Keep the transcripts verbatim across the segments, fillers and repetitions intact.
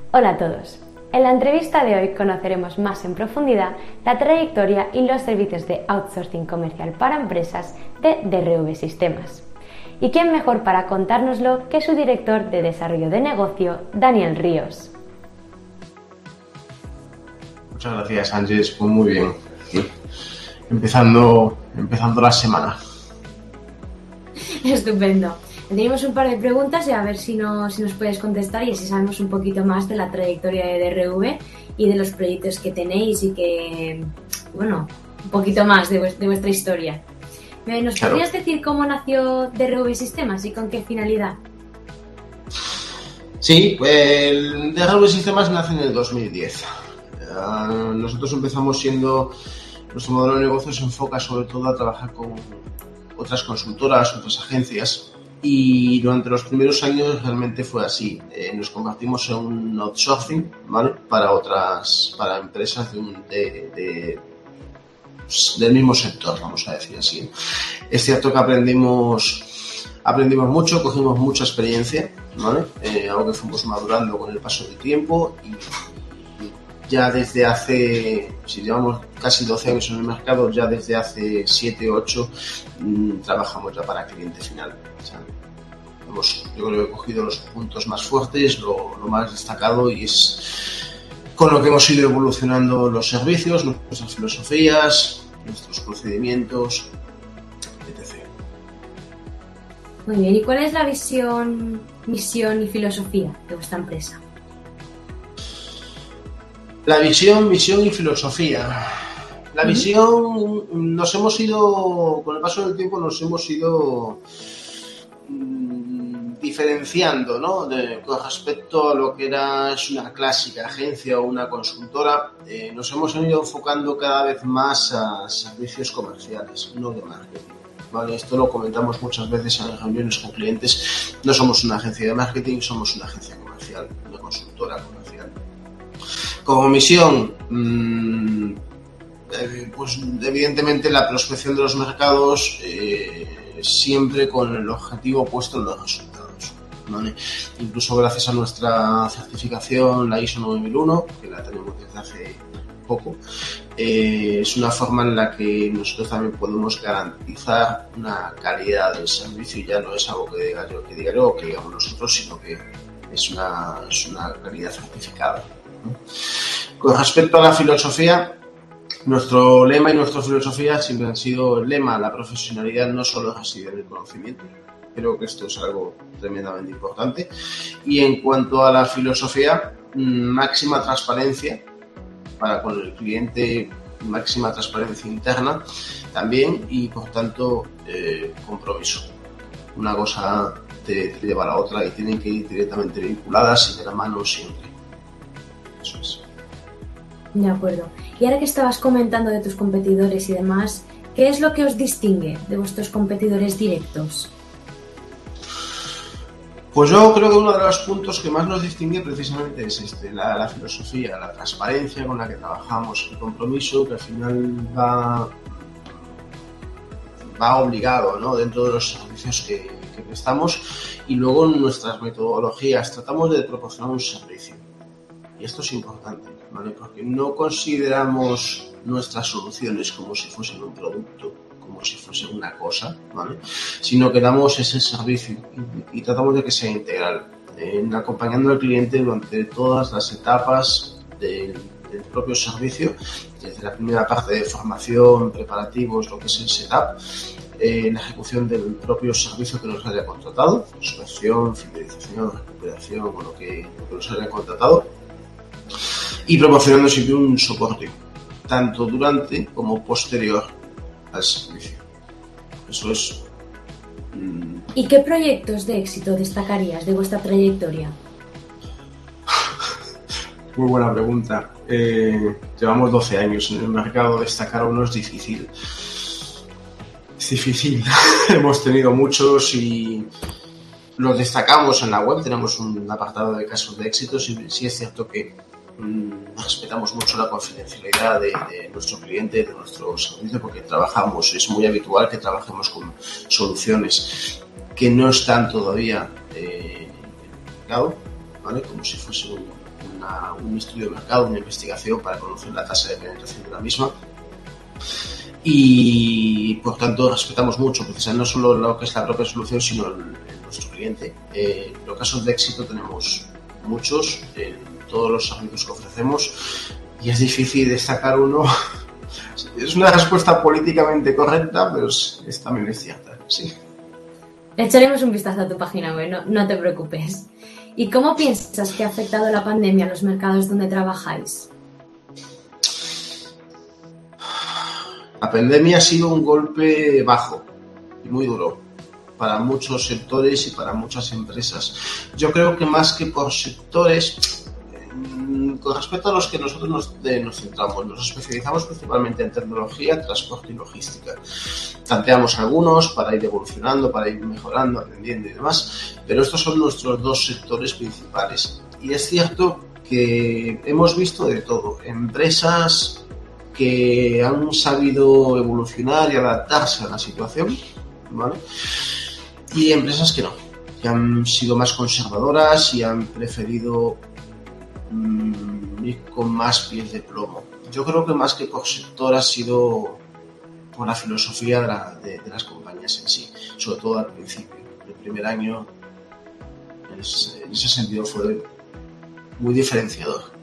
Hola a todos. En la entrevista de hoy conoceremos más en profundidad la trayectoria y los servicios de outsourcing comercial para empresas de D R V Sistemas. ¿Y quién mejor para contárnoslo que su director de desarrollo de negocio, Daniel Ríos? Muchas gracias, Ángeles. Pues muy bien. Empezando, empezando la semana. Estupendo. Tenemos un par de preguntas y a ver si, no, si nos puedes contestar y así sabemos un poquito más de la trayectoria de D R V y de los proyectos que tenéis y que, bueno, un poquito más de, de vuestra historia. ¿Nos Claro. podrías decir cómo nació D R V Sistemas y con qué finalidad? Sí, el D R V Sistemas nace en el dos mil diez. Uh, nosotros empezamos siendo, nuestro modelo de negocio se enfoca sobre todo a trabajar con otras consultoras, otras agencias, y durante los primeros años realmente fue así. Eh, nos convertimos en un outsourcing, ¿vale? Para otras, para empresas de, un, de, de, del mismo sector, vamos a decir así. Es cierto que aprendimos, aprendimos mucho, cogimos mucha experiencia, ¿vale? Eh, algo que fuimos madurando con el paso del tiempo y ya desde hace, si llevamos casi doce años en el mercado, ya desde hace siete u ocho mmm, trabajamos ya para cliente final. O sea, hemos, yo creo que he cogido los puntos más fuertes, lo, lo más destacado, y es con lo que hemos ido evolucionando los servicios, nuestras filosofías, nuestros procedimientos, etcétera. Muy bien, ¿y cuál es la visión, misión y filosofía de vuestra empresa? La visión, misión y filosofía. La uh-huh. visión, nos hemos ido, con el paso del tiempo nos hemos ido mmm, diferenciando, ¿no? De, con respecto a lo que era es una clásica agencia o una consultora, eh, nos hemos ido enfocando cada vez más a servicios comerciales, no de marketing. Vale, esto lo comentamos muchas veces en reuniones con clientes. No somos una agencia de marketing, somos una agencia comercial, una consultora comercial. Como misión, mmm, eh, pues evidentemente la prospección de los mercados eh, siempre con el objetivo puesto en los resultados, ¿vale? Incluso gracias a nuestra certificación, la I S O nueve mil uno, que la tenemos desde hace poco, eh, es una forma en la que nosotros también podemos garantizar una calidad del servicio, y ya no es algo que diga yo, que diga yo o que digamos nosotros, sino que es una, es una calidad certificada. Con respecto a la filosofía, nuestro lema y nuestra filosofía siempre han sido el lema: la profesionalidad no solo reside en el conocimiento. Creo que esto es algo tremendamente importante. Y en cuanto a la filosofía, máxima transparencia para con el cliente, máxima transparencia interna también, y por tanto eh, compromiso. Una cosa te, te lleva a la otra y tienen que ir directamente vinculadas y de la mano siempre. Eso es. De acuerdo. Y ahora que estabas comentando de tus competidores y demás, ¿qué es lo que os distingue de vuestros competidores directos? Pues yo creo que uno de los puntos que más nos distingue precisamente es este, la, la filosofía, la transparencia con la que trabajamos, el compromiso que al final va, va obligado, ¿no? Dentro de los servicios que, que prestamos, y luego nuestras metodologías. Tratamos de proporcionar un servicio. Y esto es importante, ¿vale? Porque no consideramos nuestras soluciones como si fuesen un producto, como si fuesen una cosa, ¿vale? Sino que damos ese servicio y, y tratamos de que sea integral, en acompañando al cliente durante todas las etapas del, del propio servicio, desde la primera parte de formación, preparativos, lo que es el setup, eh, la ejecución del propio servicio que nos haya contratado, prospección, fidelización, recuperación o lo que, lo que nos haya contratado, y proporcionando siempre un soporte, tanto durante como posterior al servicio. Eso es. Mmm... ¿Y qué proyectos de éxito destacarías de vuestra trayectoria? Muy buena pregunta. Eh, llevamos doce años en el mercado, destacar uno es difícil. Es difícil. Hemos tenido muchos y los destacamos en la web. Tenemos un apartado de casos de éxito. Sí, sí es cierto que respetamos mucho la confidencialidad de, de nuestro cliente, de nuestro servicio, porque trabajamos, es muy habitual que trabajemos con soluciones que no están todavía eh, en el mercado, ¿vale? Como si fuese un, una, un estudio de mercado, una investigación para conocer la tasa de penetración de la misma. Y por tanto respetamos mucho, precisamente no solo lo que es la propia solución, sino el, el nuestro cliente. Eh, los casos de éxito tenemos muchos en todos los servicios que ofrecemos y es difícil destacar uno. Es una respuesta políticamente correcta, pero es, es también es cierta, sí. Echaremos un vistazo a tu página web, no, no te preocupes. ¿Y cómo piensas que ha afectado la pandemia a los mercados donde trabajáis? La pandemia ha sido un golpe bajo y muy duro para muchos sectores y para muchas empresas. Yo creo que más que por sectores, con respecto a los que nosotros nos, de, nos centramos, nos especializamos principalmente en tecnología, transporte y logística. Planteamos algunos para ir evolucionando, para ir mejorando, aprendiendo y demás, pero estos son nuestros dos sectores principales. Y es cierto que hemos visto de todo, empresas que han sabido evolucionar y adaptarse a la situación, ¿vale? Y empresas que no, que han sido más conservadoras y han preferido mmm, ir con más pies de plomo. Yo creo que más que por sector ha sido por la filosofía de, la, de, de las compañías en sí, sobre todo al principio. El primer año, en ese, en ese sentido, fue muy diferenciador.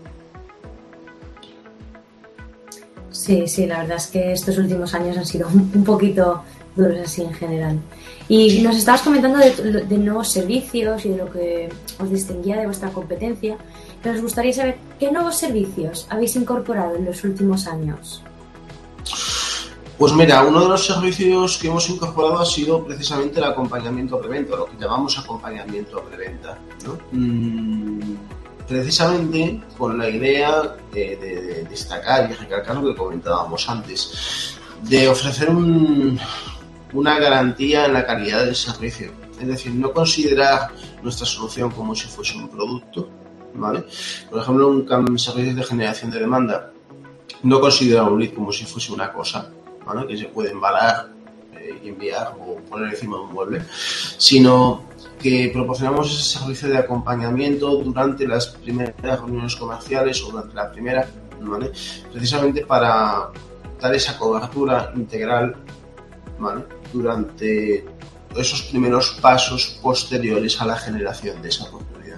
Sí, sí, la verdad es que estos últimos años han sido un poquito duros así en general. Y nos estabas comentando de, de nuevos servicios y de lo que os distinguía de vuestra competencia, pero nos gustaría saber qué nuevos servicios habéis incorporado en los últimos años. Pues mira, uno de los servicios que hemos incorporado ha sido precisamente el acompañamiento a preventa, lo que llamamos acompañamiento a preventa, ¿no? Mm, precisamente con la idea de, de, de destacar y recalcar lo que comentábamos antes, de ofrecer un, una garantía en la calidad del servicio. Es decir, no considerar nuestra solución como si fuese un producto, ¿vale? Por ejemplo, un servicio de generación de demanda no considera un lead como si fuese una cosa, ¿vale? Que se puede embalar eh, y enviar o poner encima de un mueble, sino que proporcionamos ese servicio de acompañamiento durante las primeras reuniones comerciales o durante la primera, ¿vale? Precisamente para dar esa cobertura integral, ¿vale? Durante esos primeros pasos posteriores a la generación de esa oportunidad.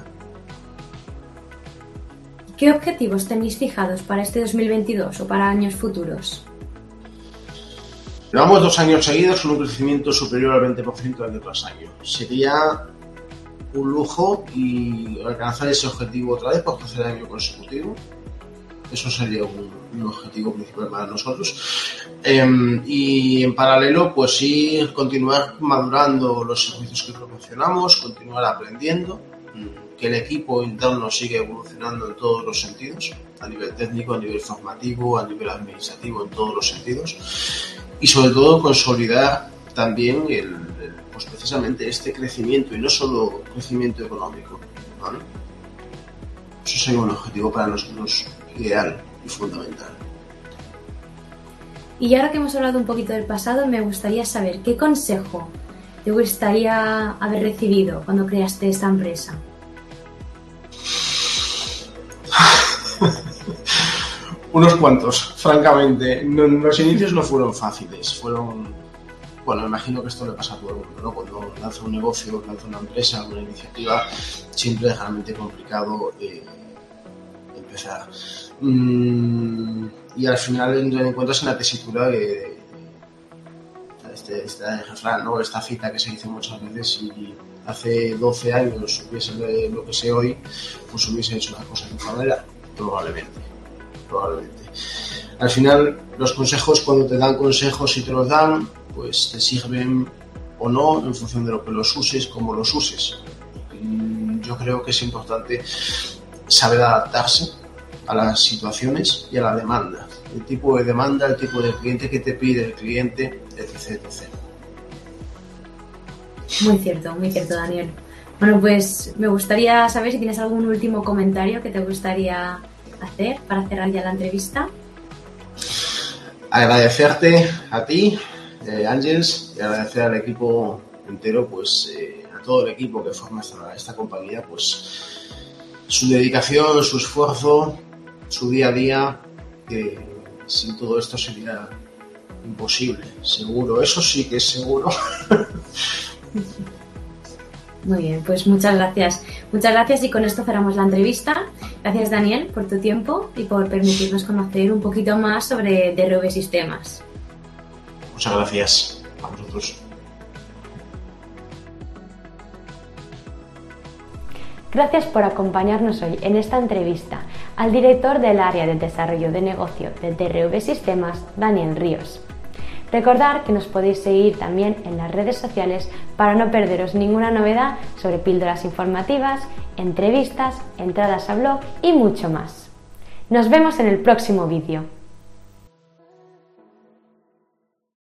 ¿Qué objetivos tenéis fijados para este dos mil veintidós o para años futuros? Llevamos dos años seguidos con un crecimiento superior al veinte por ciento año tras año. Sería un lujo y alcanzar ese objetivo otra vez por tercer año consecutivo. Eso sería un, un objetivo principal para nosotros. Eh, y en paralelo, pues sí, continuar madurando los servicios que proporcionamos, continuar aprendiendo, que el equipo interno siga evolucionando en todos los sentidos, a nivel técnico, a nivel formativo, a nivel administrativo, en todos los sentidos. Y sobre todo consolidar también el, el, pues precisamente este crecimiento y no solo crecimiento económico, ¿vale? Eso sería un objetivo para nosotros ideal y fundamental. Y ahora que hemos hablado un poquito del pasado, me gustaría saber qué consejo te gustaría haber recibido cuando creaste esta empresa. Unos cuantos, francamente. No, los inicios no fueron fáciles, fueron... Bueno, imagino que esto le pasa a todo el mundo, ¿no? Cuando lanza un negocio, lanza una empresa, una iniciativa, siempre es realmente complicado eh, empezar. Mm, y al final encuentras en la tesitura de, de este, este refrán, ¿no? Esta cita que se dice muchas veces: si hace doce años hubiese lo que sé hoy, pues hubiese hecho las cosas de otra manera, probablemente. probablemente. Al final, los consejos, cuando te dan consejos y te los dan, pues te sirven o no en función de lo que los uses, cómo los uses. Y yo creo que es importante saber adaptarse a las situaciones y a la demanda. El tipo de demanda, el tipo de cliente que te pide el cliente, etcétera, etcétera. Muy cierto, muy cierto, Daniel. Bueno, pues me gustaría saber si tienes algún último comentario que te gustaría hacer para cerrar ya la entrevista. Agradecerte a ti, eh, Ángels, y agradecer al equipo entero, pues eh, a todo el equipo que forma esta, esta compañía, pues su dedicación, su esfuerzo, su día a día, que sin todo esto sería imposible, seguro, eso sí que es seguro. Muy bien, pues muchas gracias. Muchas gracias y con esto cerramos la entrevista. Gracias, Daniel, por tu tiempo y por permitirnos conocer un poquito más sobre D R V Sistemas. Muchas gracias a vosotros. Gracias por acompañarnos hoy en esta entrevista al director del área de desarrollo de negocio de D R V Sistemas, Daniel Ríos. Recordad que nos podéis seguir también en las redes sociales para no perderos ninguna novedad sobre píldoras informativas, entrevistas, entradas a blog y mucho más. Nos vemos en el próximo vídeo.